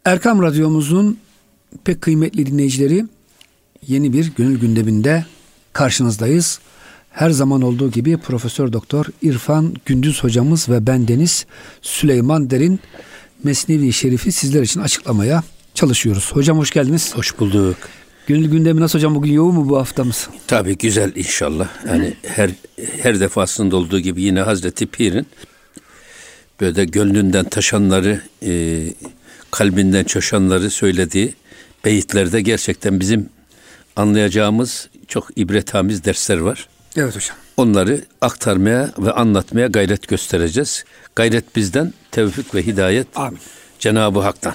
Erkam Radyomuzun pek kıymetli dinleyicileri, yeni bir gönül gündeminde karşınızdayız. Her zaman olduğu gibi Profesör Doktor İrfan Gündüz hocamız ve bendeniz Süleyman Derin Mesnevi Şerif'i sizler için açıklamaya çalışıyoruz. Hocam hoş geldiniz. Hoş bulduk. Gönül gündemi nasıl hocam, bugün yoğun mu bu haftamız? Tabii güzel inşallah. Yani her defasında olduğu gibi yine Hazreti Pir'in böyle gönlünden taşanları, kalbinden çoşanları söylediği beyitlerde gerçekten bizim anlayacağımız çok ibretamiz dersler var. Evet hocam. Onları aktarmaya ve anlatmaya gayret göstereceğiz. Gayret bizden, tevfik ve hidayet Amin. Cenab-ı Hak'tan.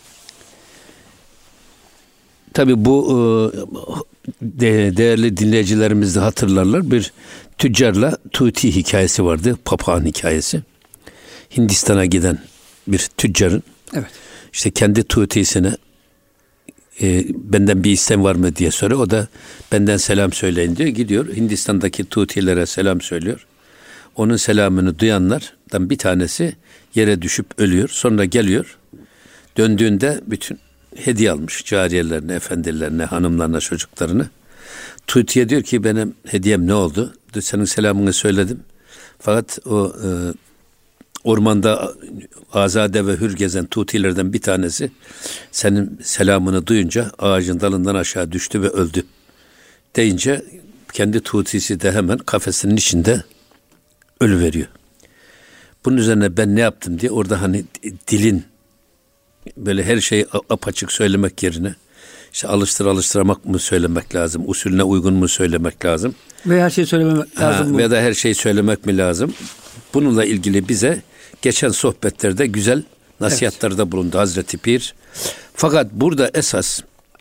Tabii bu değerli dinleyicilerimiz de hatırlarlar. Bir tüccarla Tuti hikayesi vardı. Papağan hikayesi. Hindistan'a giden bir tüccarın Evet. işte kendi Tuti'sine benden bir istem var mı diye soruyor. O da benden selam söyleyin diyor. Gidiyor Hindistan'daki Tutilere selam söylüyor. Onun selamını duyanlardan bir tanesi yere düşüp ölüyor. Sonra geliyor. Döndüğünde bütün hediye almış cariyelerine, efendilerine, hanımlarına, çocuklarına. Tuti'ye diyor ki benim hediyem ne oldu? Senin selamını söyledim. Fakat o ormanda azade ve hür gezen Tutilerden bir tanesi senin selamını duyunca ağacın dalından aşağı düştü ve öldü. Deyince kendi Tutisi de hemen kafesinin içinde ölüveriyor. Bunun üzerine ben ne yaptım diye orada hani dilin böyle her şeyi apaçık söylemek yerine işte alıştıramak mı söylemek lazım, usulüne uygun mu söylemek lazım? Ve her şeyi söylememek lazım mı? Veya da her şeyi söylemek mi lazım? Bununla ilgili bize geçen sohbetlerde güzel nasihatlarda bulundu Hazreti Pir. Fakat burada esas,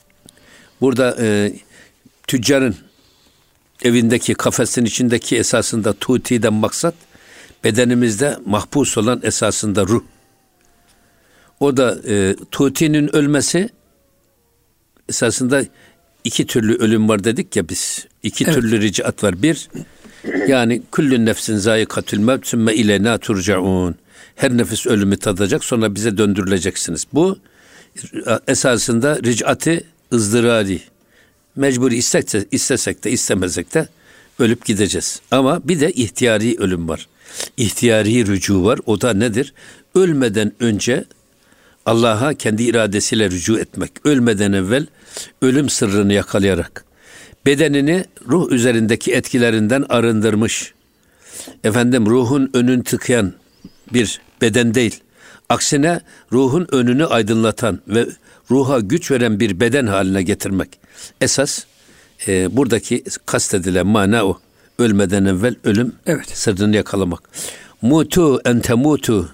tüccarın evindeki kafesin içindeki esasında Tuti'den maksat bedenimizde mahpus olan esasında ruh. O da Tuti'nin ölmesi esasında iki türlü ölüm var dedik ya biz. İki türlü ricat var. Bir, yani küllü nefsin zâikatül mevt sümme ileyna turcaun. Her nefis ölümü tadacak, sonra bize döndürüleceksiniz. Bu esasında ricati ızdırari. Mecburi istesek de istemezsek de ölüp gideceğiz. Ama bir de ihtiyari ölüm var. İhtiyari rücu var. O da nedir? Ölmeden önce Allah'a kendi iradesiyle rücu etmek. Ölmeden evvel ölüm sırrını yakalayarak bedenini ruh üzerindeki etkilerinden arındırmış. Ruhun önünü tıkayan bir beden değil. Aksine ruhun önünü aydınlatan ve ruha güç veren bir beden haline getirmek. Esas buradaki kastedilen mana o. Ölmeden evvel ölüm sırrını yakalamak. Mutu entemutu,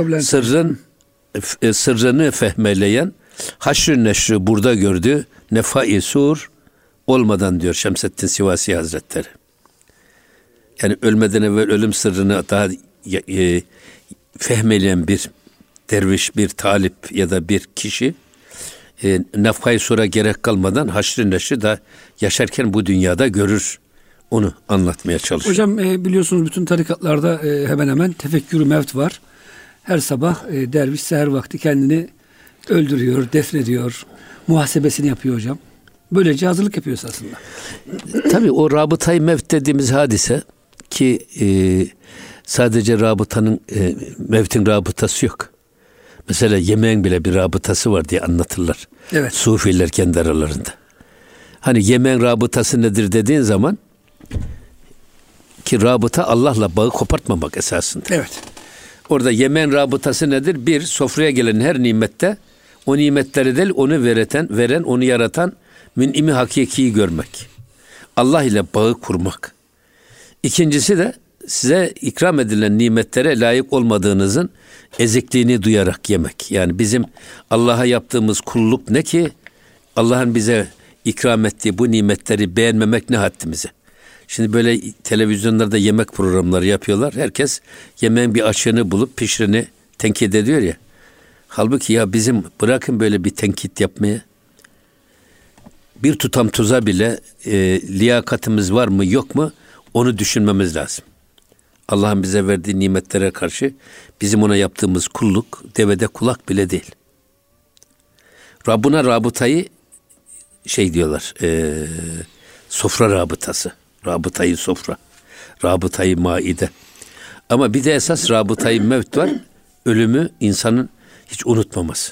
sırrını fehmeleyen haşr-ı neşri burada gördü. Nefai sur olmadan diyor Şemseddin Sivasi Hazretleri. Yani ölmeden evvel ölüm sırrını daha fehmeleyen bir derviş, bir talip ya da bir kişi nefai sura gerek kalmadan haşr-ı neşri da yaşarken bu dünyada görür. Onu anlatmaya çalışıyor. Hocam biliyorsunuz bütün tarikatlarda hemen hemen tefekkür-ü mevt var. Her sabah derviş seher vakti kendini öldürüyor, defnediyor, muhasebesini yapıyor hocam. Böylece hazırlık yapıyoruz aslında. Tabii o rabıtayı mevt dediğimiz hadise ki sadece rabıtanın mevtin rabıtası yok. Mesela yemeğin bile bir rabıtası var diye anlatırlar. Evet. Sufiler kendi aralarında. Hani yemeğin rabıtası nedir dediğin zaman ki rabıta Allah'la bağı kopartmamak esasında. Evet. Orada yemeğin rabıtası nedir? Bir, sofraya gelen her nimette o nimetleri değil, onu veren, onu yaratan mün'imi hakikiyi görmek. Allah ile bağı kurmak. İkincisi de size ikram edilen nimetlere layık olmadığınızın ezikliğini duyarak yemek. Yani bizim Allah'a yaptığımız kulluk ne ki Allah'ın bize ikram ettiği bu nimetleri beğenmemek ne haddimize. Şimdi böyle televizyonlarda yemek programları yapıyorlar. Herkes yemeğin bir açığını bulup pişirini tenkit ediyor ya. Halbuki ya bizim bırakın böyle bir tenkit yapmaya. Bir tutam tuza bile liyakatimiz var mı yok mu onu düşünmemiz lazım. Allah'ın bize verdiği nimetlere karşı bizim ona yaptığımız kulluk devede kulak bile değil. Buna rabıtayı diyorlar. Sofra rabıtası. Rabıtayı sofra. Rabıtayı maide. Ama bir de esas rabıtayı mevt var. Ölümü insanın hiç unutmaması.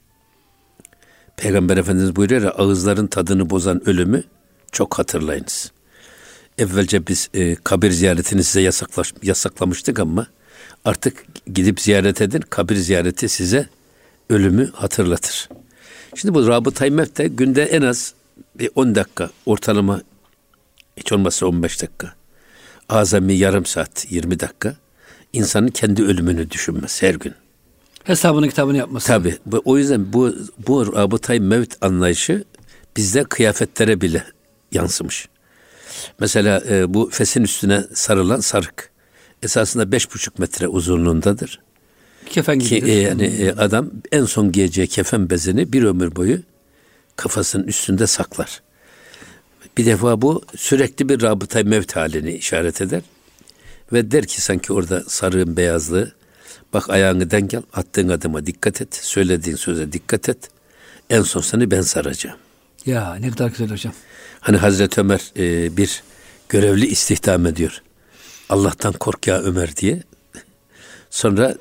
Peygamber Efendimiz buyuruyor ya, ağızların tadını bozan ölümü çok hatırlayınız. Evvelce biz kabir ziyaretini size yasaklamıştık ama artık gidip ziyaret edin. Kabir ziyareti size ölümü hatırlatır. Şimdi bu rabıtayı mevt de günde en az bir 10 dakika, ortalama hiç olmazsa 15 dakika, azami yarım saat, 20 dakika insanın kendi ölümünü düşünmesi her gün. Hesabını kitabını yapması. Tabii. O yüzden bu rabıtayı mevt anlayışı bizde kıyafetlere bile yansımış. Mesela bu fesin üstüne sarılan sarık esasında 5,5 metre uzunluğundadır. Kefen gibidir. Adam en son giyeceği kefen bezini bir ömür boyu kafasının üstünde saklar. Bir defa bu sürekli bir rabıtayı mevt halini işaret eder. Ve der ki sanki orada sarığın beyazlığı, bak ayağını denk al, attığın adıma dikkat et, söylediğin söze dikkat et. En son seni ben saracağım. Ya ne kadar güzel hocam. Hani Hazreti Ömer bir görevli istihdam ediyor. Allah'tan kork ya Ömer diye. Sonra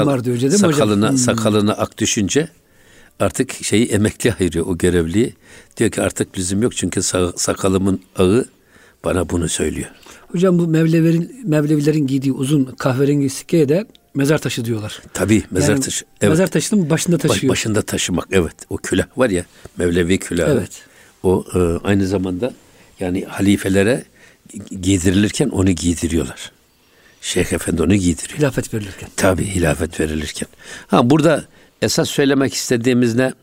sakalına ak düşünce artık emekli ayırıyor o görevliyi. Diyor ki artık lüzum yok çünkü sakalımın ağı bana bunu söylüyor. Hocam bu Mevlevilerin giydiği uzun kahverengi sikkeye de mezar taşı diyorlar. Tabii mezar taşı. Evet. Mezar taşının başında taşıyor. Başında taşımak, evet. O külah var ya, Mevlevi külahı. Evet. O aynı zamanda yani halifelere giydirilirken onu giydiriyorlar. Şeyh Efendi onu giydiriyor. Hilafet verilirken. Tabii hilafet verilirken. Burada esas söylemek istediğimiz ne?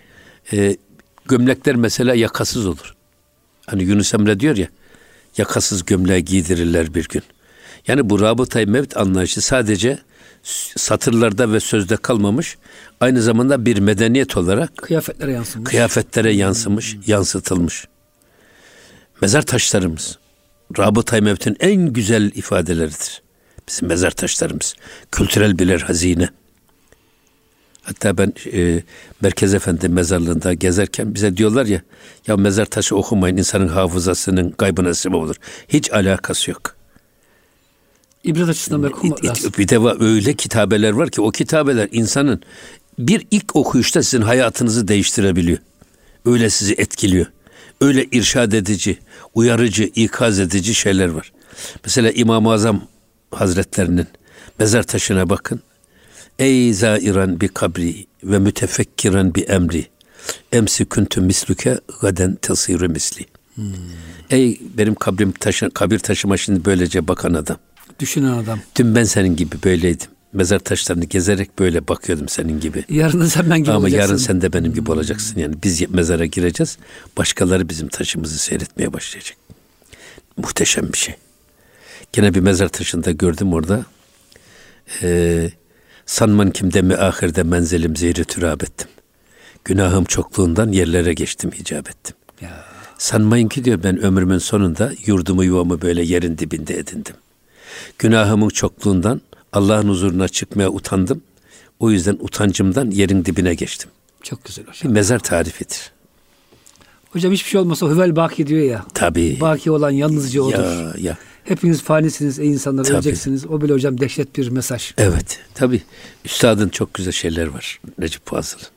Gömlekler mesela yakasız olur. Hani Yunus Emre diyor ya, yakasız gömleği giydirirler bir gün. Yani bu rabıtayı mevt anlayışı sadece satırlarda ve sözde kalmamış, aynı zamanda bir medeniyet olarak kıyafetlere yansımış, yansıtılmış. Mezar taşlarımız rabıtayı mevtin en güzel ifadeleridir. Bizim mezar taşlarımız kültürel birer hazine. Hatta ben Merkez Efendi mezarlığında gezerken bize diyorlar ya mezar taşı okumayın, insanın hafızasının kaybına sebep olur. Hiç alakası yok. İbret açısından okumak lazım. Bir de öyle kitabeler var ki o kitabeler insanın bir ilk okuyuşta sizin hayatınızı değiştirebiliyor. Öyle sizi etkiliyor. Öyle irşad edici, uyarıcı, ikaz edici şeyler var. Mesela İmam-ı Azam Hazretlerinin mezar taşına bakın. Ey zairan bi kabri ve mütefekkiran bi emri. Emsi kuntu misluke gaden tasiru misli. Ey benim kabir taşıma şimdi böylece bakan adam. Düşünen adam. Dün ben senin gibi böyleydim. Mezar taşlarını gezerek böyle bakıyordum senin gibi. Yarın da sen ben gibi olacaksın. Ama yarın sen de benim gibi olacaksın. Yani biz mezara gireceğiz. Başkaları bizim taşımızı seyretmeye başlayacak. Muhteşem bir şey. Gene bir mezar taşında gördüm orada. Sanman kimde mi ahirde menzilim zehri türab ettim. Günahım çokluğundan yerlere geçtim, icap ettim. Ya. Sanmayın ki diyor ben ömrümün sonunda yurdumu yuvamı böyle yerin dibinde edindim. Günahımın çokluğundan Allah'ın huzuruna çıkmaya utandım. O yüzden utancımdan yerin dibine geçtim. Çok güzel hocam. Bir mezar tarifidir. Hocam hiçbir şey olmasa hüvel baki diyor ya. Tabii. Baki olan yalnızca odur. Ya. Hepiniz fanisiniz ey insanlar, öleceksiniz. O bile hocam dehşet bir mesaj. Evet. Tabii. Üstadın çok güzel şeyler var. Necip Fazıl'ın.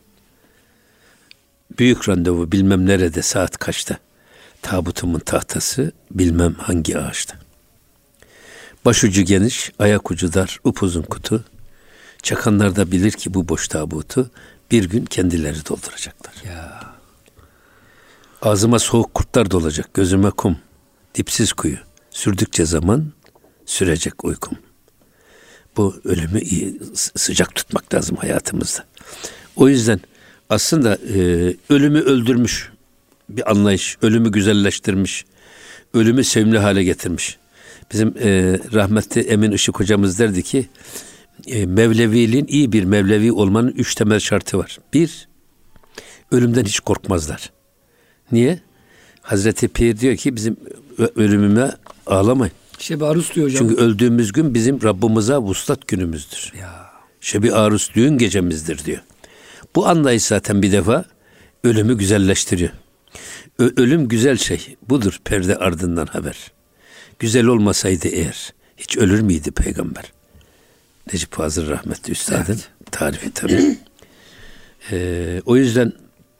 Büyük randevu bilmem nerede saat kaçta. Tabutumun tahtası bilmem hangi ağaçta. Başucu geniş, ayak ucu dar, upuzun kutu. Çakanlar da bilir ki bu boş tabutu bir gün kendileri dolduracaklar. Ya. Ağzıma soğuk kurtlar dolacak, gözüme kum, dipsiz kuyu. Sürdükçe zaman sürecek uykum. Bu ölümü iyi, sıcak tutmak lazım hayatımızda. O yüzden aslında ölümü öldürmüş bir anlayış, ölümü güzelleştirmiş, ölümü sevimli hale getirmiş. Bizim rahmetli Emin Işık hocamız derdi ki Mevleviliğin, iyi bir Mevlevi olmanın 3 temel şartı var. 1, ölümden hiç korkmazlar. Niye? Hazreti Pir diyor ki bizim ölümüme ağlamayın. Şebi Arus diyor hocam. Çünkü öldüğümüz gün bizim Rabbimize vuslat günümüzdür. Ya. Şebi Arus düğün gecemizdir diyor. Bu anlayış zaten bir defa ölümü güzelleştiriyor. Ölüm güzel şey. Budur perde ardından haber. Güzel olmasaydı eğer hiç ölür müydü peygamber? Necip Fazıl rahmetli üstadın tarifi tabii. O yüzden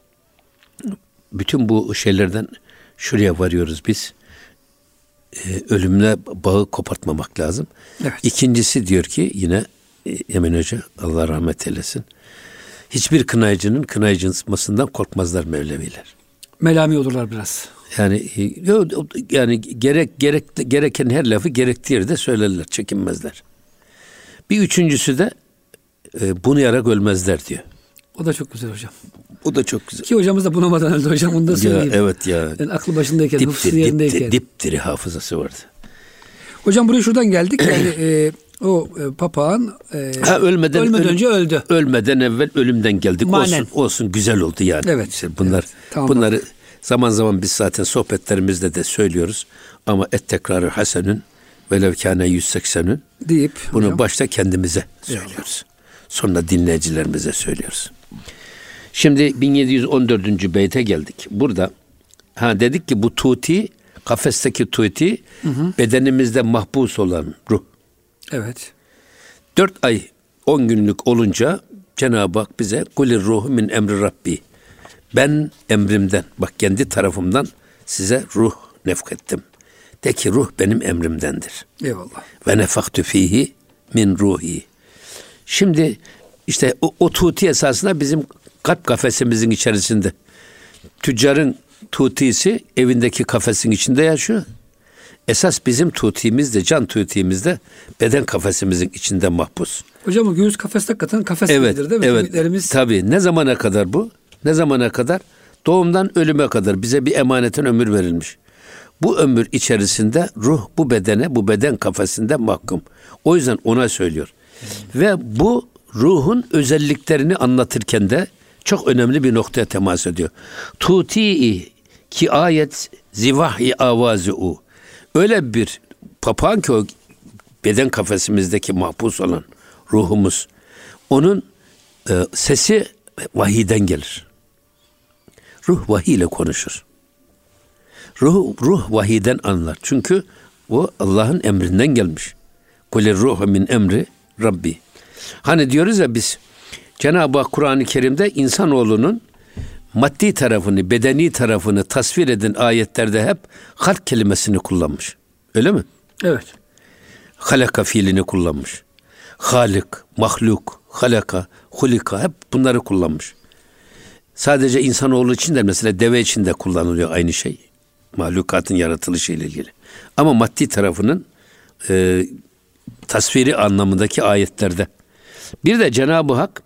bütün bu şeylerden şuraya varıyoruz biz. Ölümle bağı kopartmamak lazım. Evet. İkincisi diyor ki yine Emin Hoca Allah rahmet eylesin. Hiçbir kınayıcının kınayıcısından korkmazlar Mevleviler. Melami olurlar biraz. Yani gereken her lafı gerektiği yerde söylerler, çekinmezler. Bir üçüncüsü de bunu yarak ölmezler diyor. O da çok güzel hocam. O da çok güzel. Ki hocamız da bunamadan öldü hocam, onu da söyleyeyim. Ya, evet ya. Yani aklı başındayken, hıfzı yerindeyken. Dipdiri hafızası vardı. Hocam buraya şuradan geldik. Yani o papağan ölmeden önce öldü. Ölmeden evvel ölümden geldik. Manen. Olsun güzel oldu yani. Evet. İşte bunlar evet, tamam. bunları zaman zaman biz zaten sohbetlerimizde de söylüyoruz. Ama tekrarı hasenün velev kâne 180'ün deyip bunu hocam, başta kendimize söylüyoruz. Sonra dinleyicilerimize söylüyoruz. Şimdi 1714. beyte geldik. Burada dedik ki bu tuti, kafesteki tuti, bedenimizde mahpus olan ruh. Evet. 4 ay 10 günlük olunca Cenab-ı Hak bize kulir ruhu min emri Rabbi. Ben emrimden, bak kendi tarafımdan size ruh nefkettim. De ki ruh benim emrimdendir. Eyvallah. Ve nefaktu fihi min ruhi. Şimdi işte o tuti esasında bizim kalp kafesimizin içerisinde. Tüccarın tutisi evindeki kafesin içinde yaşıyor. Esas bizim tutimiz de, can tutimiz de beden kafesimizin içinde mahpus. Hocam o göğüs kafeste hakikaten kafes gibidir değil mi? Evet. Tabii. Ne zamana kadar bu? Ne zamana kadar? Doğumdan ölüme kadar bize bir emanetin ömür verilmiş. Bu ömür içerisinde ruh bu bedene, bu beden kafesinde mahkum. O yüzden ona söylüyor. Ve bu ruhun özelliklerini anlatırken de çok önemli bir noktaya temas ediyor. Tuti'i ki ayet zivahi avazu. Öyle bir papağan ki o beden kafesimizdeki mahpus olan ruhumuz. Onun sesi vahiyden gelir. Ruh vahiy ile konuşur. Ruh vahiyden anlar. Çünkü o Allah'ın emrinden gelmiş. Kulir ruhu min emri Rabbi. Hani diyoruz ya biz Cenab-ı Hak Kur'an-ı Kerim'de insanoğlunun maddi tarafını, bedeni tarafını tasvir eden ayetlerde hep halk kelimesini kullanmış. Öyle mi? Evet. Halaka fiilini kullanmış. Halik, mahluk, halaka, hulika hep bunları kullanmış. Sadece insanoğlu için de mesela deve için de kullanılıyor aynı şey. Mahlukatın yaratılışı ile ilgili. Ama maddi tarafının tasviri anlamındaki ayetlerde. Bir de Cenab-ı Hak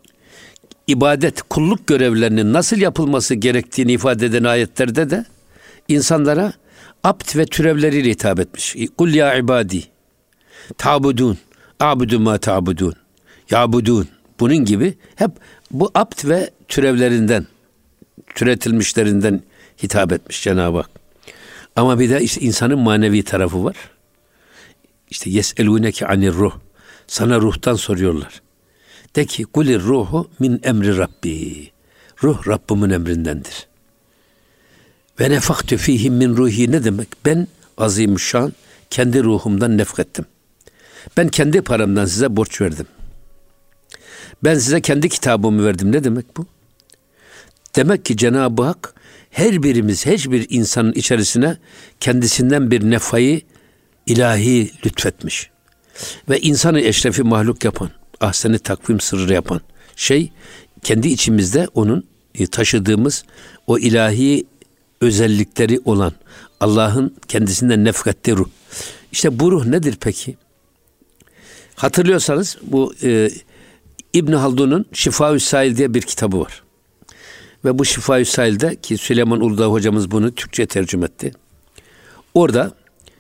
ibadet, kulluk görevlerinin nasıl yapılması gerektiğini ifade eden ayetlerde de insanlara abd ve türevleriyle hitap etmiş. Kul ya ibadi ta'budun a'budu ma ta'budun ya'budun. Bunun gibi hep bu abd ve türevlerinden, türetilmişlerinden hitap etmiş Cenab-ı Hak. Ama bir de işte insanın manevi tarafı var. İşte yes'elûneke anir ruh. Sana ruhtan soruyorlar. De ki kulir ruhu min emri Rabbi. Ruh Rabbimin emrindendir. Ve nefaktu fihim min ruhi ne demek? Ben azimüşşan kendi ruhumdan nefkettim. Ben kendi paramdan size borç verdim. Ben size kendi kitabımı verdim. Ne demek bu? Demek ki Cenab-ı Hak her birimiz, her bir insanın içerisine kendisinden bir nefayı ilahi lütfetmiş. Ve insanı eşrefi mahluk yapan, ahsen-i takvim sırrı yapan şey, kendi içimizde onun taşıdığımız o ilahi özellikleri olan Allah'ın kendisinden nefkettiği ruh. İşte bu ruh nedir peki? Hatırlıyorsanız bu İbn Haldun'un Şifa-ü Sail diye bir kitabı var. Ve bu Şifa-ü Sail'de ki Süleyman Uludağ hocamız bunu Türkçe tercüme etti. Orada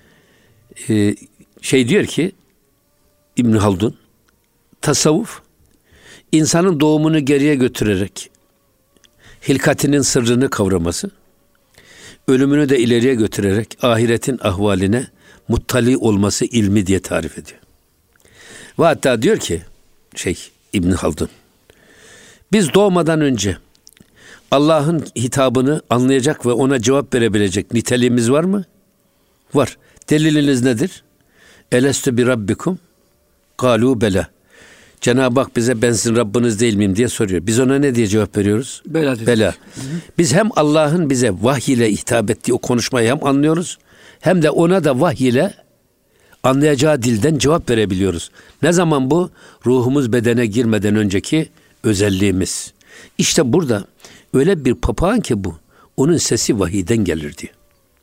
diyor ki İbn Haldun, tasavvuf insanın doğumunu geriye götürerek hilkatinin sırrını kavraması, ölümünü de ileriye götürerek ahiretin ahvaline muttali olması ilmi diye tarif ediyor. Ve hatta diyor ki İbn Haldun, biz doğmadan önce Allah'ın hitabını anlayacak ve ona cevap verebilecek niteliğimiz var mı? Var. Deliliniz nedir? Elestü bi rabbikum? Galu bela. Cenab-ı Hak bize ben sizin Rabbiniz değil miyim diye soruyor. Biz ona ne diye cevap veriyoruz? Bela. Bela. Biz hem Allah'ın bize vahiy ile hitap ettiği o konuşmayı hem anlıyoruz, hem de ona da vahiy ile anlayacağı dilden cevap verebiliyoruz. Ne zaman bu? Ruhumuz bedene girmeden önceki özelliğimiz. İşte burada öyle bir papağan ki bu. Onun sesi vahiyden gelir diyor.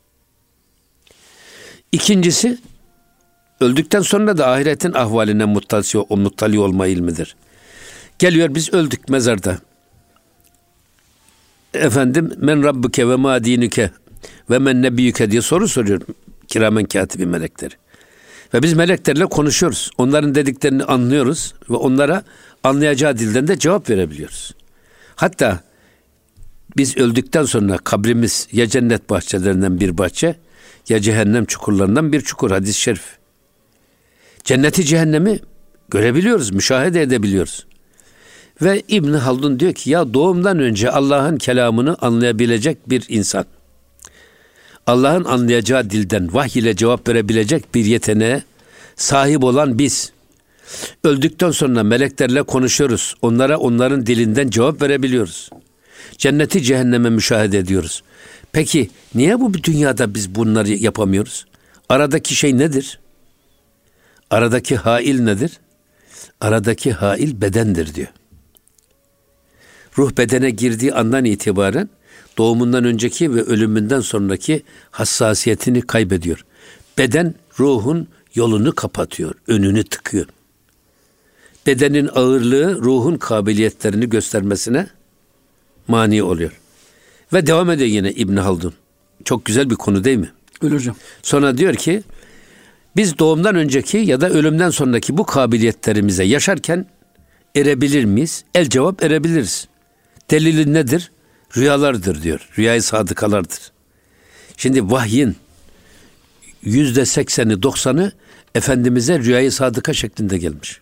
İkincisi, öldükten sonra da ahiretin ahvaline muttali olma ilmidir. Geliyor, biz öldük mezarda. Efendim, men rabbuke ve ma dinuke ve men nebiyyüke diye soru soruyor kiramen katibi melekleri. Ve biz meleklerle konuşuyoruz. Onların dediklerini anlıyoruz ve onlara anlayacağı dilden de cevap verebiliyoruz. Hatta biz öldükten sonra kabrimiz ya cennet bahçelerinden bir bahçe ya cehennem çukurlarından bir çukur, hadis-i şerif. Cenneti cehennemi görebiliyoruz, müşahede edebiliyoruz. Ve İbn Haldun diyor ki ya doğumdan önce Allah'ın kelamını anlayabilecek bir insan, Allah'ın anlayacağı dilden vahiy ile cevap verebilecek bir yeteneğe sahip olan biz, öldükten sonra meleklerle konuşuyoruz. Onlara onların dilinden cevap verebiliyoruz. Cenneti cehenneme müşahede ediyoruz. Peki niye bu dünyada biz bunları yapamıyoruz? Aradaki şey nedir? Aradaki hail nedir? Aradaki hail bedendir diyor. Ruh bedene girdiği andan itibaren doğumundan önceki ve ölümünden sonraki hassasiyetini kaybediyor. Beden ruhun yolunu kapatıyor, önünü tıkıyor. Bedenin ağırlığı ruhun kabiliyetlerini göstermesine mani oluyor. Ve devam ediyor yine İbn Haldun. Çok güzel bir konu değil mi? Öyle hocam. Sonra diyor ki biz doğumdan önceki ya da ölümden sonraki bu kabiliyetlerimize yaşarken erebilir miyiz? El cevap erebiliriz. Delili nedir? Rüyalardır diyor. Rüyayı sadıkalardır. Şimdi vahyin %80'i 90'ı Efendimiz'e rüyayı sadıka şeklinde gelmiş.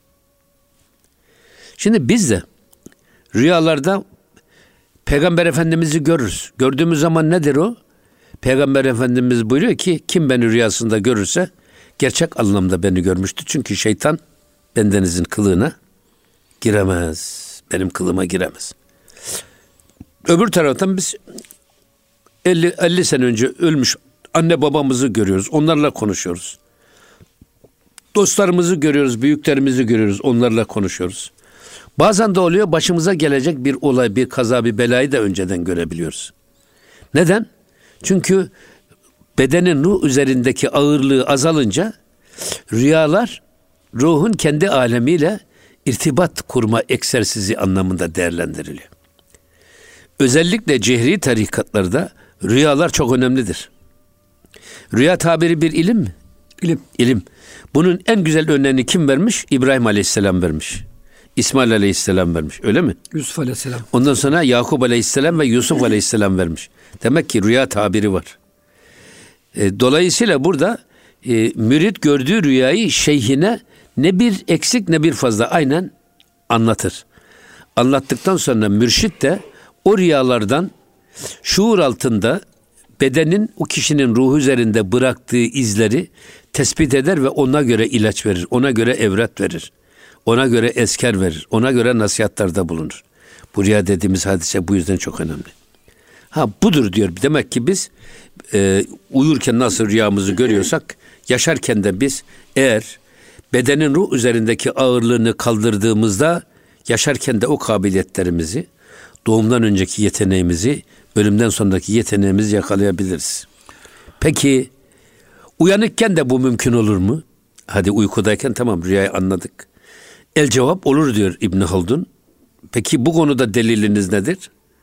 Şimdi biz de rüyalarda Peygamber Efendimiz'i görürüz. Gördüğümüz zaman nedir o? Peygamber Efendimiz buyuruyor ki kim beni rüyasında görürse gerçek anlamda beni görmüştü. Çünkü şeytan bendenizin kılığına giremez. Benim kılığıma giremez. Öbür taraftan biz 50 sene önce ölmüş anne babamızı görüyoruz. Onlarla konuşuyoruz. Dostlarımızı görüyoruz, büyüklerimizi görüyoruz. Onlarla konuşuyoruz. Bazen de oluyor başımıza gelecek bir olay, bir kaza, bir belayı da önceden görebiliyoruz. Neden? Çünkü bedenin ruh üzerindeki ağırlığı azalınca rüyalar ruhun kendi alemiyle irtibat kurma egzersizi anlamında değerlendiriliyor. Özellikle cehri tarikatlarda rüyalar çok önemlidir. Rüya tabiri bir ilim mi? İlim. Bunun en güzel örneğini kim vermiş? İbrahim Aleyhisselam vermiş. İsmail Aleyhisselam vermiş. Öyle mi? Yusuf Aleyhisselam. Ondan sonra Yakup Aleyhisselam ve Yusuf Aleyhisselam vermiş. Demek ki rüya tabiri var. Dolayısıyla burada mürit gördüğü rüyayı şeyhine ne bir eksik ne bir fazla aynen anlatır. Anlattıktan sonra mürşit de o rüyalardan şuur altında bedenin o kişinin ruhu üzerinde bıraktığı izleri tespit eder ve ona göre ilaç verir. Ona göre evrat verir. Ona göre esker verir. Ona göre nasihatlarda bulunur. Bu rüya dediğimiz hadise bu yüzden çok önemli. Budur diyor. Demek ki biz uyurken nasıl rüyamızı görüyorsak yaşarken de biz eğer bedenin ruh üzerindeki ağırlığını kaldırdığımızda yaşarken de o kabiliyetlerimizi, doğumdan önceki yeteneğimizi, ölümden sonraki yeteneğimizi yakalayabiliriz. Peki uyanıkken de bu mümkün olur mu? Hadi uykudayken tamam rüyayı anladık. El cevap olur diyor İbn Haldun. Peki bu konuda deliliniz nedir?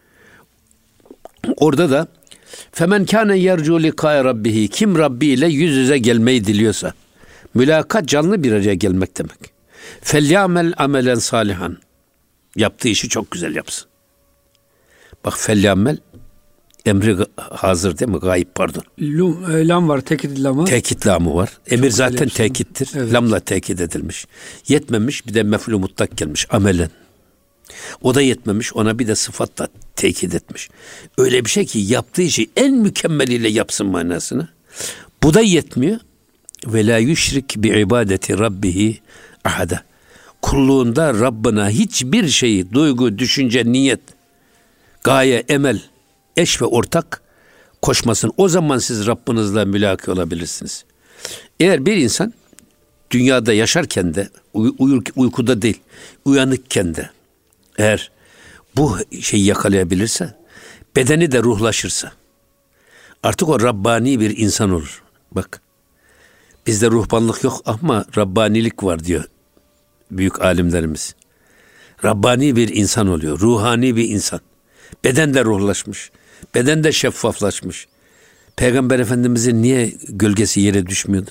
Orada da femen kâne yercu likâe rabbihi, kim Rabbi ile yüz yüze gelmeyi diliyorsa, mülakat canlı bir araya gelmek demek. Felyamel amelen salihan, yaptığı işi çok güzel yapsın. Bak felyamel emri hazır değil mi? Gayip pardon. Lam var, tekit lamı. Tekit lamı var. Emir çok zaten tekittir. Evet. Lamla tekit edilmiş. Yetmemiş bir de mef'ul mutlak gelmiş. Amelen. O da yetmemiş. Ona bir de sıfat da tekit etmiş. Öyle bir şey ki yaptığı işi en mükemmeliyle yapsın manasını. Bu da yetmiyor. Ve la yüşrik bi ibadeti rabbihi ahada. Kulluğunda Rabbına hiçbir şeyi, duygu, düşünce, niyet, gaye, emel, eş ve ortak koşmasın. O zaman siz Rabbinizle mülaki olabilirsiniz. Eğer bir insan dünyada yaşarken de, uykuda değil, uyanıkken de eğer bu şeyi yakalayabilirse, bedeni de ruhlaşırsa, artık o Rabbani bir insan olur. Bak, bizde ruhbanlık yok ama Rabbanilik var diyor büyük alimlerimiz. Rabbani bir insan oluyor, ruhani bir insan. Beden de ruhlaşmış, beden de şeffaflaşmış. Peygamber Efendimizin niye gölgesi yere düşmüyordu?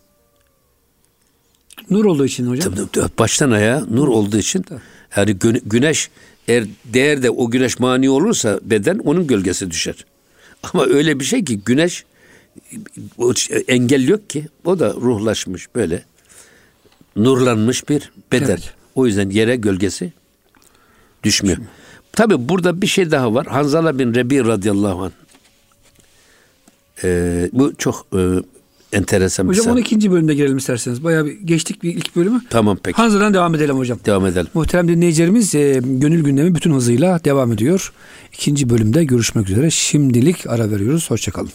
Nur olduğu için hocam. Baştan ayağa nur olduğu için. Yani güneş eğer de o güneş mani olursa beden onun gölgesi düşer. Ama öyle bir şey ki güneş engel yok ki. O da ruhlaşmış böyle. Nurlanmış bir beden. Evet. O yüzden yere gölgesi düşmüyor. Tabi burada bir şey daha var. Hanzala bin Rebi radıyallahu anh. Bu çok enteresan bir hocam. 12. bölümde girelim isterseniz. Bayağı bir geçtik bir ilk bölümü. Tamam peki. Hanzala'dan devam edelim hocam. Devam edelim. Muhterem dinleyicilerimiz, gönül gündemi bütün hızıyla devam ediyor. 2. bölümde görüşmek üzere. Şimdilik ara veriyoruz. Hoşçakalın.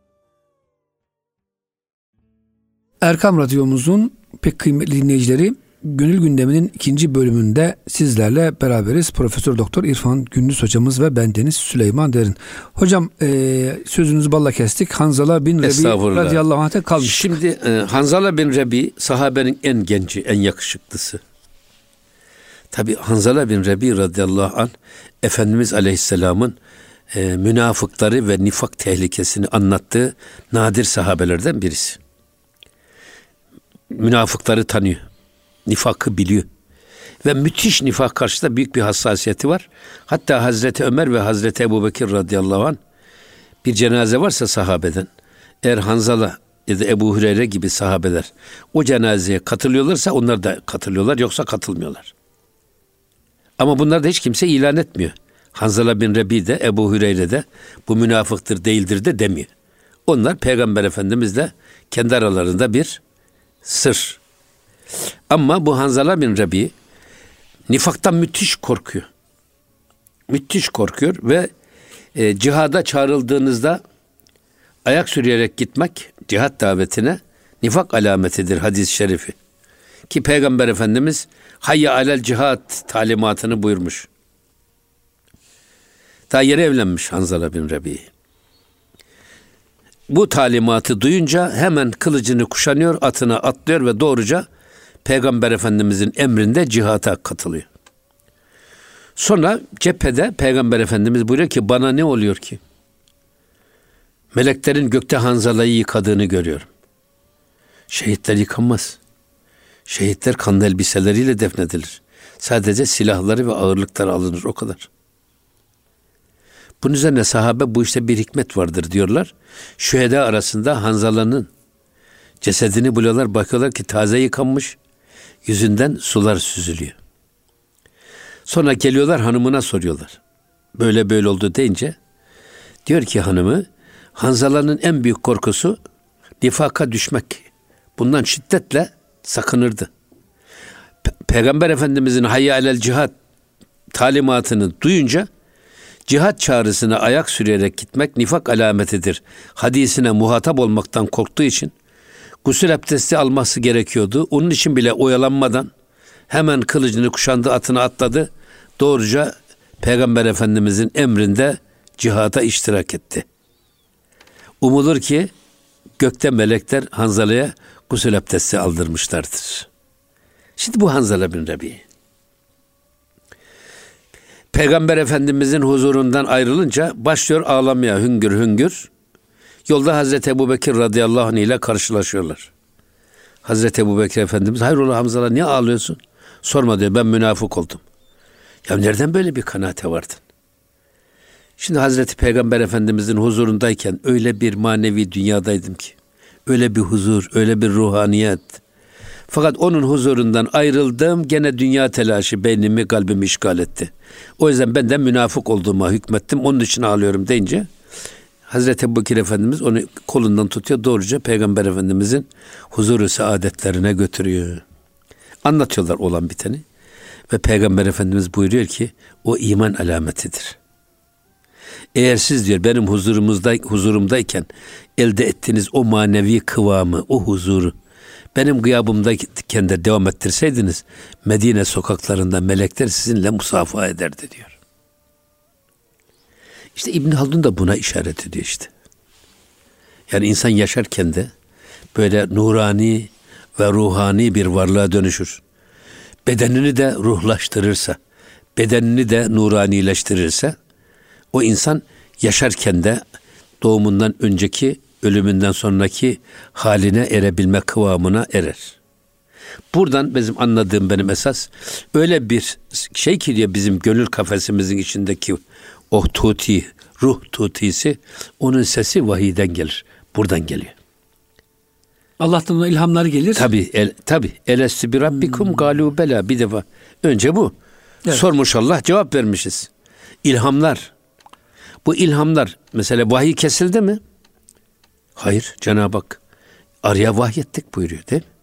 Erkam Radyomuzun pek kıymetli dinleyicileri, Gönül Gündemi'nin 2. bölümünde sizlerle beraberiz. Profesör Doktor İrfan Gündüz hocamız ve bendeniz Süleyman Derin. Hocam sözünüzü balla kestik. Hanzala bin Rebi radıyallahu anh'a kalmış. Şimdi Hanzala bin Rebi sahabenin en genci, en yakışıklısı. Tabi Hanzala bin Rebi radıyallahu anh Efendimiz Aleyhisselam'ın münafıkları ve nifak tehlikesini anlattığı nadir sahabelerden birisi. Münafıkları tanıyor. Nifakı biliyor. Ve müthiş nifak karşısında büyük bir hassasiyeti var. Hatta Hazreti Ömer ve Hazreti Ebubekir radıyallahu anh bir cenaze varsa sahabeden, eğer Hanzala ya da Ebu Hureyre gibi sahabeler o cenazeye katılıyorlarsa onlar da katılıyorlar, yoksa katılmıyorlar. Ama bunlar da hiç kimse ilan etmiyor. Hanzala bin Rebi de Ebu Hureyre de bu münafıktır değildir de demiyor. Onlar Peygamber Efendimizle kendi aralarında bir sır. Ama bu Hanzala bin Rebi nifaktan müthiş korkuyor. Müthiş korkuyor ve cihada çağrıldığınızda ayak sürüyerek gitmek cihat davetine nifak alametidir hadis-i şerifi. Ki Peygamber Efendimiz hayya alel cihat talimatını buyurmuş. Daha yeni evlenmiş Hanzala bin Rebi. Bu talimatı duyunca hemen kılıcını kuşanıyor, atına atlıyor ve doğruca Peygamber Efendimizin emrinde cihata katılıyor. Sonra cephede Peygamber Efendimiz buyuruyor ki bana ne oluyor ki? Meleklerin gökte Hanzala'yı yıkadığını görüyorum. Şehitler yıkanmaz. Şehitler kanlı elbiseleriyle defnedilir. Sadece silahları ve ağırlıkları alınır, o kadar. Bunun üzerine sahabe bu işte bir hikmet vardır diyorlar. Şüheda arasında Hanzala'nın cesedini buluyorlar, bakıyorlar ki taze yıkanmış, yüzünden sular süzülüyor. Sonra geliyorlar hanımına soruyorlar. Böyle böyle oldu deyince diyor ki hanımı, Hanzala'nın en büyük korkusu nifaka düşmek. Bundan şiddetle sakınırdı. Peygamber Efendimizin hayya alel cihat talimatını duyunca cihat çağrısına ayak sürüyerek gitmek nifak alametidir hadisine muhatap olmaktan korktuğu için gusül abdesti alması gerekiyordu. Onun için bile oyalanmadan hemen kılıcını kuşandı, atına atladı. Doğruca Peygamber Efendimizin emrinde cihada iştirak etti. Umulur ki gökte melekler Hanzala'ya gusül abdesti aldırmışlardır. Şimdi bu Hanzala bin Rebi. Peygamber Efendimizin huzurundan ayrılınca başlıyor ağlamaya hüngür hüngür. Yolda Hazreti Ebubekir radıyallahu anh ile karşılaşıyorlar. Hazreti Ebubekir Efendimiz, hayrola Hanzala niye ağlıyorsun? Sorma diyor, ben münafık oldum. Ya nereden böyle bir kanaate vardın? Şimdi Hazreti Peygamber Efendimizin huzurundayken öyle bir manevi dünyadaydım ki, öyle bir huzur, öyle bir ruhaniyet. Fakat onun huzurundan ayrıldım. Gene dünya telaşı beynimi, kalbimi işgal etti. O yüzden ben de münafık olduğuma hükmettim. Onun için ağlıyorum deyince Hazreti Ebubekir Efendimiz onu kolundan tutuyor. Doğruca Peygamber Efendimizin huzuru saadetlerine götürüyor. Anlatıyorlar olan biteni. Ve Peygamber Efendimiz buyuruyor ki o iman alametidir. Eğer siz diyor benim huzurumdayken elde ettiğiniz o manevi kıvamı, o huzuru benim gıyabımdayken de devam ettirseydiniz Medine sokaklarında melekler sizinle musafaha ederdi diyor. İşte İbn Haldun da buna işaret ediyor işte. Yani insan yaşarken de böyle nurani ve ruhani bir varlığa dönüşür. Bedenini de ruhlaştırırsa, bedenini de nuranileştirirse o insan yaşarken de doğumundan önceki, ölümünden sonraki haline erebilme kıvamına erer. Buradan bizim anladığım benim esas öyle bir şey ki diye bizim gönül kafesimizin içindeki o tuti, ruh tutisi, onun sesi vahiyden gelir. Buradan geliyor. Allah'tan ona ilhamlar gelir. Tabii. Elestü bi rabbikum galu bela, bir defa. Önce bu. Evet. Sormuş Allah, cevap vermişiz. İlhamlar. Bu ilhamlar mesela vahiy kesildi mi? Hayır. Cenab-ı Hak araya vahyettik buyuruyor değil mi?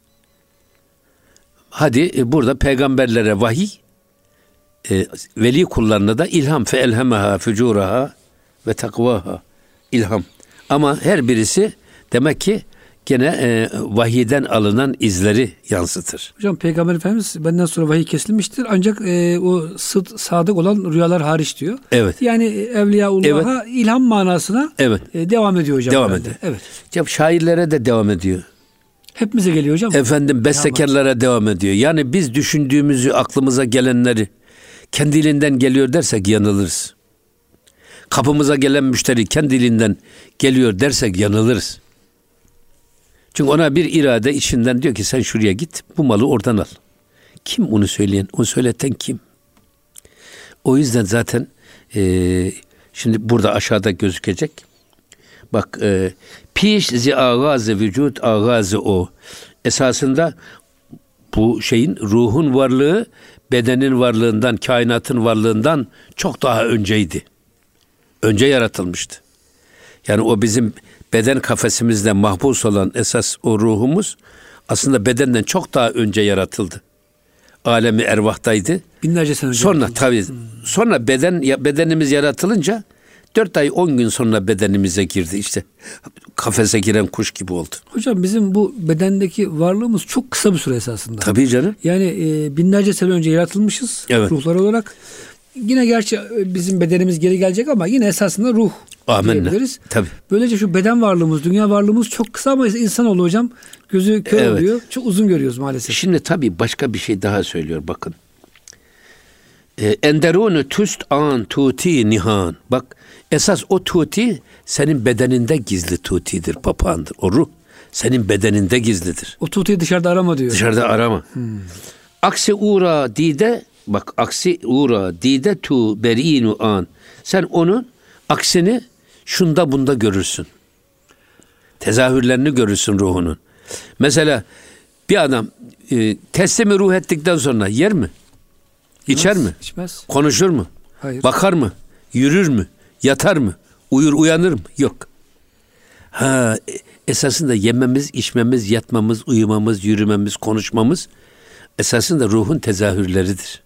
Hadi burada peygamberlere vahiy, veli kullarına da ilham. Fe elhemaha fucuraha ve takvaha. İlham. Ama her birisi demek ki gene vahiyden alınan izleri yansıtır. Hocam Peygamber Efendimiz benden sonra vahiy kesilmiştir. Ancak o sadık olan rüyalar hariç diyor. Evet. Yani Evliyaullah'a ilham manasına devam ediyor hocam. Devam ediyor. Evet. Hocam şairlere de devam ediyor. Hepimize geliyor hocam. Efendim bestekarlara devam ediyor. Yani biz düşündüğümüzü, aklımıza gelenleri kendiliğinden geliyor dersek yanılırız. Kapımıza gelen müşteri kendiliğinden geliyor dersek yanılırız. Çünkü ona bir irade içinden diyor ki sen şuraya git, bu malı oradan al. Kim onu söyleyen, onu söyleten kim? O yüzden zaten şimdi burada aşağıda gözükecek. Bak piş zi ağazı vücut ağazı o. Esasında bu şeyin, ruhun varlığı bedenin varlığından, kainatın varlığından çok daha önceydi. Önce yaratılmıştı. Yani o bizim beden kafesimizde mahpus olan esas o ruhumuz aslında bedenden çok daha önce yaratıldı. Alemi ervahtaydı. Binlerce sene önce. Sonra bedenimiz yaratılınca 4 ay 10 gün sonra bedenimize girdi işte. Kafese giren kuş gibi oldu. Hocam bizim bu bedendeki varlığımız çok kısa bir süre esasında. Tabii canım. Yani binlerce sene önce yaratılmışız ruhlar olarak. Yine gerçi bizim bedenimiz geri gelecek ama yine esasında ruh diyebiliriz. Tabii. Böylece şu beden varlığımız, dünya varlığımız çok kısa ama insanoğlu hocam gözü kör oluyor. Çok uzun görüyoruz maalesef. Şimdi tabii başka bir şey daha söylüyor bakın. Enderunu tust an tuti nihan. Bak esas o tuti senin bedeninde gizli tutidir, papağandır. O ruh senin bedeninde gizlidir. O tutiyi dışarıda arama diyor. Dışarıda arama. Aksi uğra dide, bak aksi uğra dide tu berinu an. Sen onun aksini şunda bunda görürsün. Tezahürlerini görürsün ruhunun. Mesela bir adam teslimi ruh ettikten sonra yer mi? İçer mi? İçmez. Konuşur mu? Hayır. Bakar mı? Yürür mü? Yatar mı? Uyur uyanır mı? Yok. Esasında yememiz, içmemiz, yatmamız, uyumamız, yürümemiz, konuşmamız esasında ruhun tezahürleridir.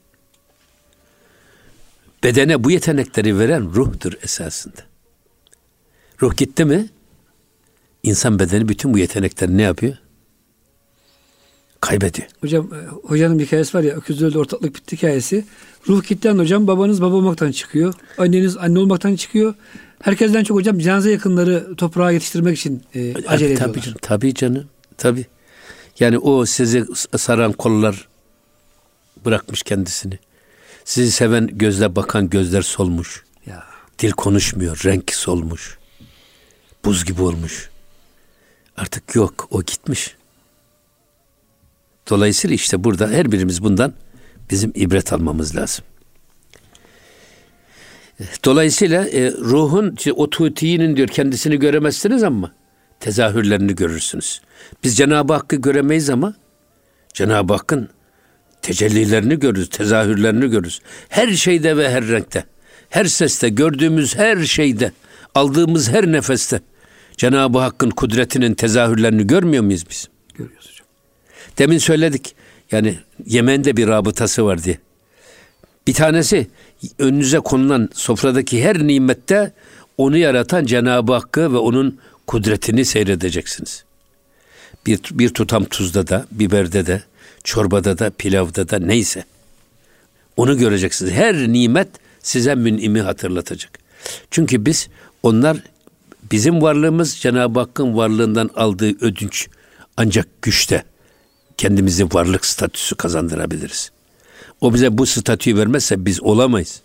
Bedene bu yetenekleri veren ruhtur esasında. Ruh gitti mi insan bedeni bütün bu yetenekleri ne yapıyor? Kaybediyor. Hocam hocanın bir hikayesi var ya, öküz öldü ortaklık bitti hikayesi. Ruh gitten hocam babanız baba olmaktan çıkıyor. Anneniz anne olmaktan çıkıyor. Herkesten çok hocam cenaze yakınları toprağa yetiştirmek için acele ediyorlar. Tabii canım. Tabii. Yani o sizi saran kollar bırakmış kendisini. Sizi seven gözle bakan gözler solmuş. Ya. Dil konuşmuyor. Renk solmuş. Buz gibi olmuş. Artık yok. O gitmiş. Dolayısıyla işte burada her birimiz bundan bizim ibret almamız lazım. Dolayısıyla ruhun o tutiyinin diyor kendisini göremezsiniz ama tezahürlerini görürsünüz. Biz Cenab-ı Hakk'ı göremeyiz ama Cenab-ı Hakk'ın tecellilerini görürüz, tezahürlerini görürüz. Her şeyde ve her renkte, her seste, gördüğümüz her şeyde, aldığımız her nefeste Cenab-ı Hakk'ın kudretinin tezahürlerini görmüyor muyuz biz? Görüyoruz hocam. Demin söyledik. Yani Yemen'de bir rabıtası var diye. Bir tanesi önünüze konulan sofradaki her nimette onu yaratan Cenab-ı Hakk'ı ve onun kudretini seyredeceksiniz. Bir tutam tuzda da, biberde de, çorbada da, pilavda da neyse. Onu göreceksiniz. Her nimet size mün'imi hatırlatacak. Çünkü onlar bizim varlığımız Cenab-ı Hakk'ın varlığından aldığı ödünç. Ancak güçte kendimize varlık statüsü kazandırabiliriz. O bize bu statüyü vermezse biz olamayız.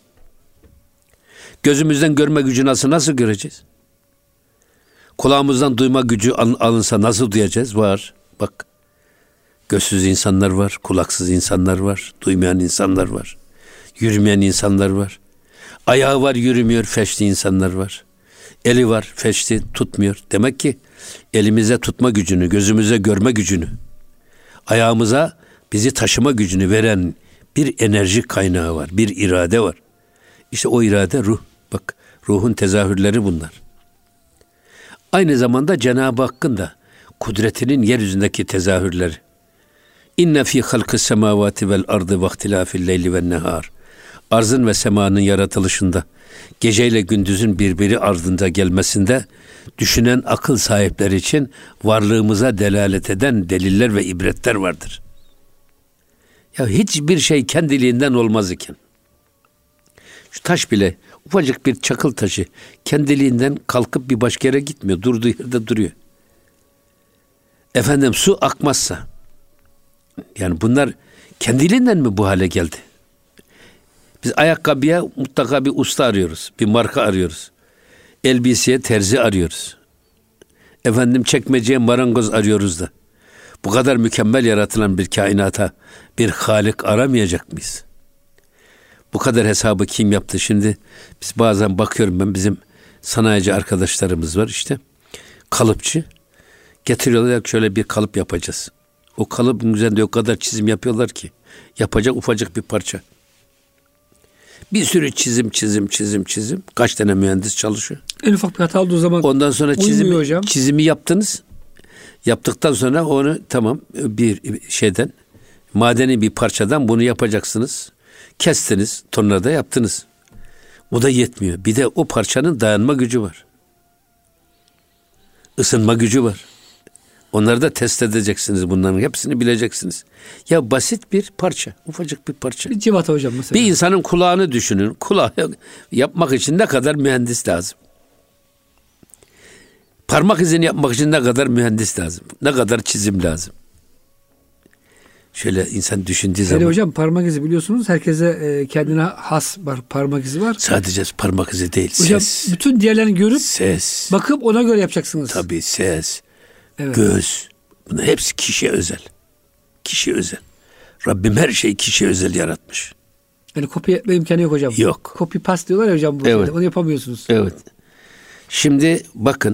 Gözümüzden görme gücü nasıl göreceğiz? Kulağımızdan duyma gücü alınsa nasıl duyacağız? Var. Bak. Gözsüz insanlar var, kulaksız insanlar var, duymayan insanlar var, yürümeyen insanlar var. Ayağı var, yürümüyor, feşli insanlar var. Eli var, feşli, tutmuyor. Demek ki elimize tutma gücünü, gözümüze görme gücünü, ayağımıza bizi taşıma gücünü veren bir enerji kaynağı var, bir irade var. İşte o irade ruh. Bak, ruhun tezahürleri bunlar. Aynı zamanda Cenab-ı Hakk'ın da kudretinin yeryüzündeki tezahürleri. İnne fî halkis semâvâti vel ardı ve ihtilâfil leyli ven nehâr. Arzın ve semanın yaratılışında, geceyle gündüzün birbiri ardında gelmesinde düşünen akıl sahipleri için varlığımıza delalet eden deliller ve ibretler vardır. Ya hiçbir şey kendiliğinden olmaz iken, şu taş bile, ufacık bir çakıl taşı kendiliğinden kalkıp bir başka yere gitmiyor. Durduğu yerde duruyor. Efendim su akmazsa, yani bunlar kendiliğinden mi bu hale geldi? Biz ayakkabıya mutlaka bir usta arıyoruz. Bir marka arıyoruz. Elbiseye terzi arıyoruz. Efendim çekmeceye marangoz arıyoruz da. Bu kadar mükemmel yaratılan bir kainata bir Halik aramayacak mıyız? Bu kadar hesabı kim yaptı? Şimdi biz bazen bakıyorum, ben bizim sanayici arkadaşlarımız var işte. Kalıpçı. Getiriyorlar, şöyle bir kalıp yapacağız. O kalıbın üzerinde o kadar çizim yapıyorlar ki. Yapacak ufacık bir parça. Bir sürü çizim. Kaç tane mühendis çalışıyor? En ufak bir hata olduğu zaman ondan sonra çizimi yaptınız. Yaptıktan sonra onu tamam bir şeyden, madeni bir parçadan bunu yapacaksınız. Kestiniz, tornada yaptınız. O da yetmiyor. Bir de o parçanın dayanma gücü var. Isınma gücü var. Onları da test edeceksiniz. Bunların hepsini bileceksiniz. Ya basit bir parça, ufacık bir parça. Bir civata hocam mesela. Bir insanın kulağını düşünün. Kulağı yapmak için ne kadar mühendis lazım? Parmak izini yapmak için ne kadar mühendis lazım? Ne kadar çizim lazım? Şöyle insan düşündüğü zaman. Hocam parmak izi biliyorsunuz, herkese kendine has parmak izi var. Sadece parmak izi değil, hocam, ses. bütün diğerlerini görüp ses. Bakıp ona göre yapacaksınız. Tabii ses, evet. Göz. Bunlar hepsi kişiye özel. Kişiye özel. Rabbim her şeyi kişiye özel yaratmış. Yani kopya etme imkanı yok hocam. Yok. Copy paste diyorlar ya hocam. Evet. Onu yapamıyorsunuz. Evet. Şimdi bakın.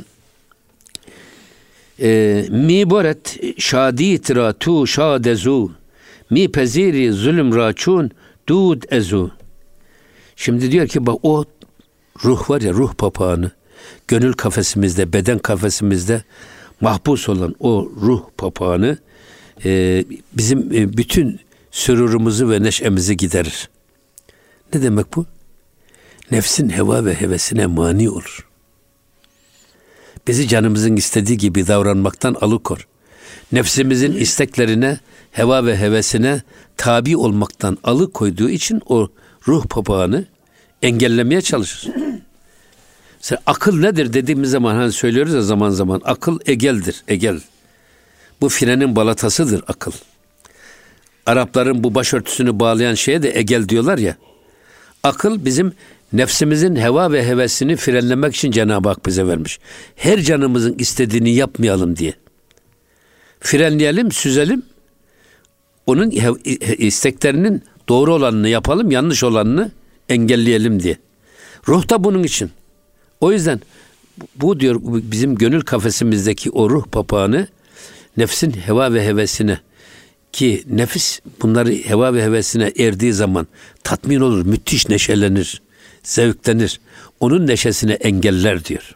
Mi boret şadi tira tu şadezu mi peziri zulüm raçun dud ezu. Şimdi diyor ki bak, o ruh var ya, ruh papağanı, gönül kafesimizde, beden kafesimizde mahpus olan o ruh papağanı bizim bütün sürurumuzu ve neşemizi giderir. Ne demek bu? Nefsin heva ve hevesine mani olur. Bizi canımızın istediği gibi davranmaktan alıkor. Nefsimizin isteklerine, heva ve hevesine tabi olmaktan alıkoyduğu için o ruh papağanı engellemeye çalışır. Mesela akıl nedir dediğimiz zaman, hani söylüyoruz ya zaman zaman, akıl egeldir, egel. Bu frenin balatasıdır akıl. Arapların bu başörtüsünü bağlayan şeye de egel diyorlar ya. Akıl bizim nefsimizin heva ve hevesini frenlemek için Cenab-ı Hak bize vermiş. Her canımızın istediğini yapmayalım diye. Frenleyelim, süzelim. Onun isteklerinin doğru olanını yapalım, yanlış olanını engelleyelim diye. Ruh da bunun için. O yüzden bu diyor, bizim gönül kafesimizdeki o ruh papağanı nefsin heva ve hevesine, Ki nefis bunları heva ve hevesine erdiği zaman tatmin olur, müthiş neşelenir, zevklenir. Onun neşesine engeller diyor.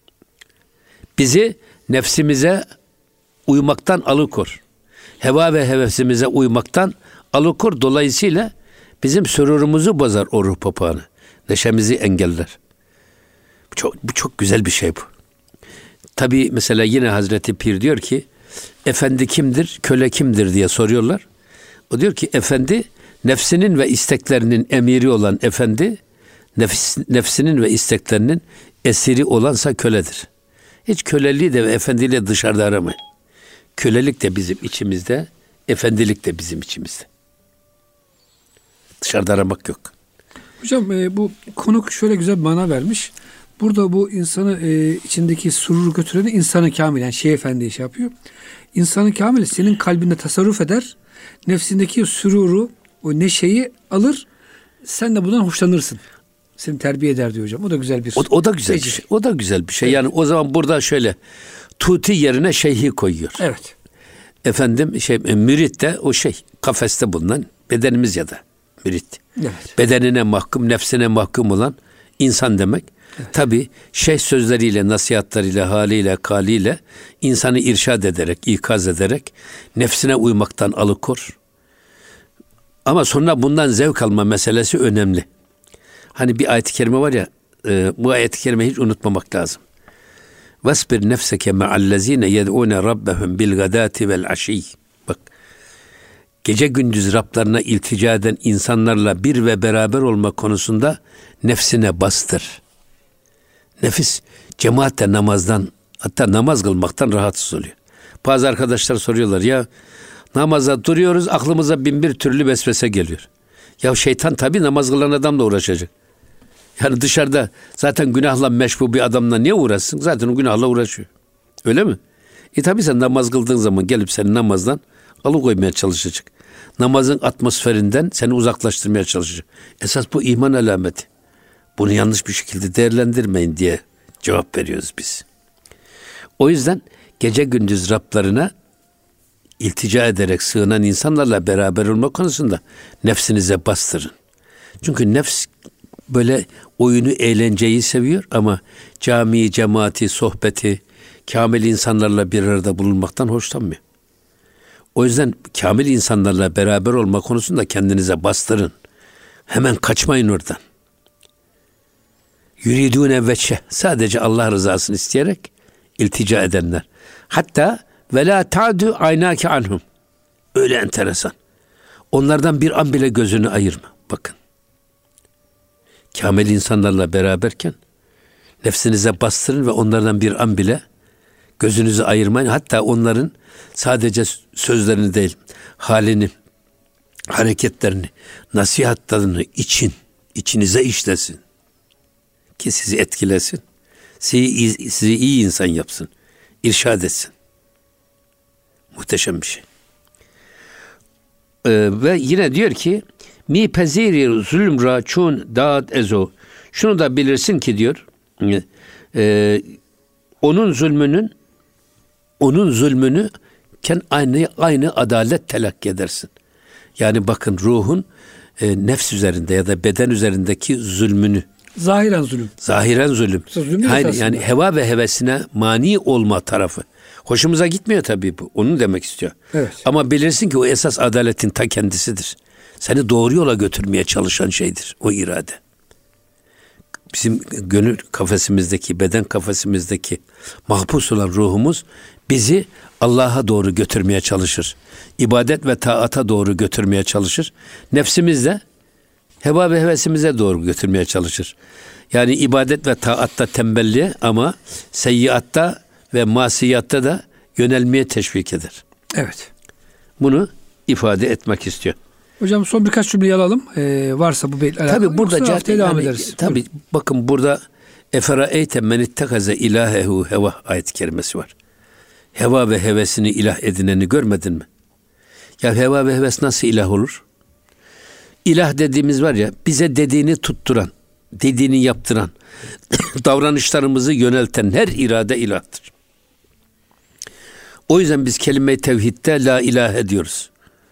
Bizi nefsimize uymaktan alıkor. Heva ve hevesimize uymaktan alıkor. Dolayısıyla bizim sürurumuzu bozar o ruh papağanı. Neşemizi engeller. Bu çok güzel bir şey bu. Tabii mesela yine Hazreti Pir diyor ki, efendi kimdir, köle kimdir diye soruyorlar. O diyor ki, efendi nefsinin ve isteklerinin emiri olan efendi, nefsinin ve isteklerinin esiri olansa köledir. Hiç köleliği de ve efendiliği de dışarıda aramayın. Kölelik de bizim içimizde, efendilik de bizim içimizde. Dışarıda aramak yok. Hocam bu konuk şöyle güzel bir mana vermiş. Burada bu insanı içindeki sururu götüreni insanı kamil, yani Şeyh Efendi iş yapıyor. İnsanı kamil senin kalbinde tasarruf eder. Nefsindeki sururu, o neşeyi alır. Sen de bundan hoşlanırsın. Seni terbiye eder diyor hocam. O da güzel bir o da güzel bir şey. O da güzel bir şey. Evet. Yani o zaman burada şöyle tuti yerine şeyhi koyuyor. Evet. Efendim mürit de o kafeste bulunan bedenimiz ya da mürit. Evet. Bedenine mahkum, nefsine mahkum olan insan demek. Evet. Tabii şeyh sözleriyle, nasihatlarıyla, haliyle, kaliyle insanı irşad ederek, ikaz ederek nefsine uymaktan alıkor. Ama sonra bundan zevk alma meselesi önemli. Hani bir ayet-i kerime var ya, bu ayet-i kerimeyi hiç unutmamak lazım. Vesbir nefseke me'allezine yed'une rabbehum bil gadati vel aşiy. Bak, gece gündüz Rablarına iltica eden insanlarla bir ve beraber olma konusunda nefsine bastır. Nefis cemaatle namazdan, hatta namaz kılmaktan rahatsız oluyor. Bazı arkadaşlar soruyorlar, ya namaza duruyoruz, aklımıza bin bir türlü vesvese geliyor. Ya şeytan tabii namaz kılan adamla uğraşacak. Yani dışarıda zaten günahla meşbu bir adamla niye uğraşsın? Zaten o günahla uğraşıyor. Öyle mi? Tabii sen namaz kıldığın zaman gelip seni namazdan alıkoymaya çalışacak. Namazın atmosferinden seni uzaklaştırmaya çalışacak. Esas bu iman alameti. Bunu yanlış bir şekilde değerlendirmeyin diye cevap veriyoruz biz. O yüzden gece gündüz Rablarına iltica ederek sığınan insanlarla beraber olma konusunda nefsinize bastırın. Çünkü nefs böyle oyunu, eğlenceyi seviyor ama cami, cemaati, sohbeti, kamil insanlarla bir arada bulunmaktan hoşlanmıyor. O yüzden kamil insanlarla beraber olma konusunda kendinize bastırın. Hemen kaçmayın oradan. Yuridûne veçhe, sadece Allah rızasını isteyerek iltica edenler. Hatta ve la ta'du aynâke anhum. Öyle enteresan. Onlardan bir an bile gözünü ayırma. Bakın. Kamil insanlarla beraberken nefsinize bastırın ve onlardan bir an bile gözünüzü ayırmayın. Hatta onların sadece sözlerini değil, halini, hareketlerini, nasihatlerini içinize işlesin. Ki sizi etkilesin. Sizi iyi insan yapsın. İrşad etsin. Muhteşem bir şey. Ve yine diyor ki mi peziri zulüm raçun dağıt ezo. Şunu da bilirsin ki diyor, onun zulmünü aynı adalet telakki edersin. Yani bakın ruhun nefs üzerinde ya da beden üzerindeki zulmünü. Zahiren zulüm. Yani heva ve hevesine mani olma tarafı. Hoşumuza gitmiyor tabii bu. Onu demek istiyor. Evet. Ama bilirsin ki o esas adaletin ta kendisidir. Seni doğru yola götürmeye çalışan şeydir o irade. Bizim gönül kafesimizdeki, beden kafesimizdeki mahpus olan ruhumuz bizi Allah'a doğru götürmeye çalışır. İbadet ve taata doğru götürmeye çalışır. Nefsimiz de heva ve hevesimize doğru götürmeye çalışır. Yani ibadet ve taatta tembelliğe ama seyyiatta ve masiyatta da yönelmeye teşvik eder. Evet. Bunu ifade etmek istiyor. Hocam son birkaç cümleyi alalım. Varsa bu beytle alakalı. Tabii burada haftaya devam ederiz. Tabii bakın burada efera'eyte men ittekaze ilahehu heva ayet-i kerimesi var. Heva ve hevesini ilah edineni görmedin mi? Ya heva ve heves nasıl ilah olur? İlah dediğimiz var ya, bize dediğini tutturan, dediğini yaptıran, davranışlarımızı yönelten her irade ilahtır. O yüzden biz kelime-i tevhidde la ilahe diyoruz.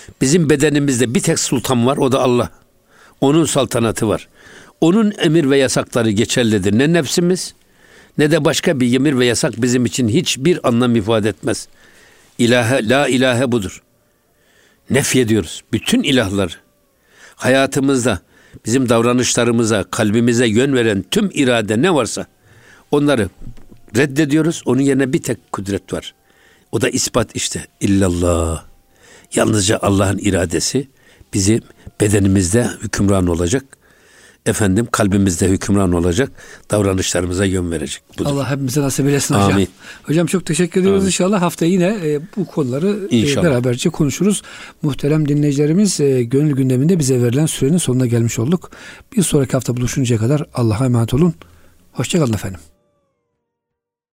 Bizim bedenimizde bir tek sultan var, o da Allah. Onun saltanatı var. Onun emir ve yasakları geçerlidir. Ne nefsimiz ne de başka bir emir ve yasak bizim için hiçbir anlam ifade etmez. La ilahe budur. Nefyediyoruz. Bütün ilahlar hayatımızda bizim davranışlarımıza, kalbimize yön veren tüm irade ne varsa onları reddediyoruz. Onun yerine bir tek kudret var. O da ispat işte. İllallah. Yalnızca Allah'ın iradesi bizim bedenimizde hükümran olacak. Kalbimizde hükümran olacak. Davranışlarımıza yön verecek. Budur. Allah hepimize nasip eylesin hocam. Amin. Hocam çok teşekkür ediyoruz. Amin. İnşallah haftaya yine bu konuları beraberce konuşuruz. Muhterem dinleyicilerimiz, gönül gündeminde bize verilen sürenin sonuna gelmiş olduk. Bir sonraki hafta buluşuncaya kadar Allah'a emanet olun. Hoşça kalın efendim.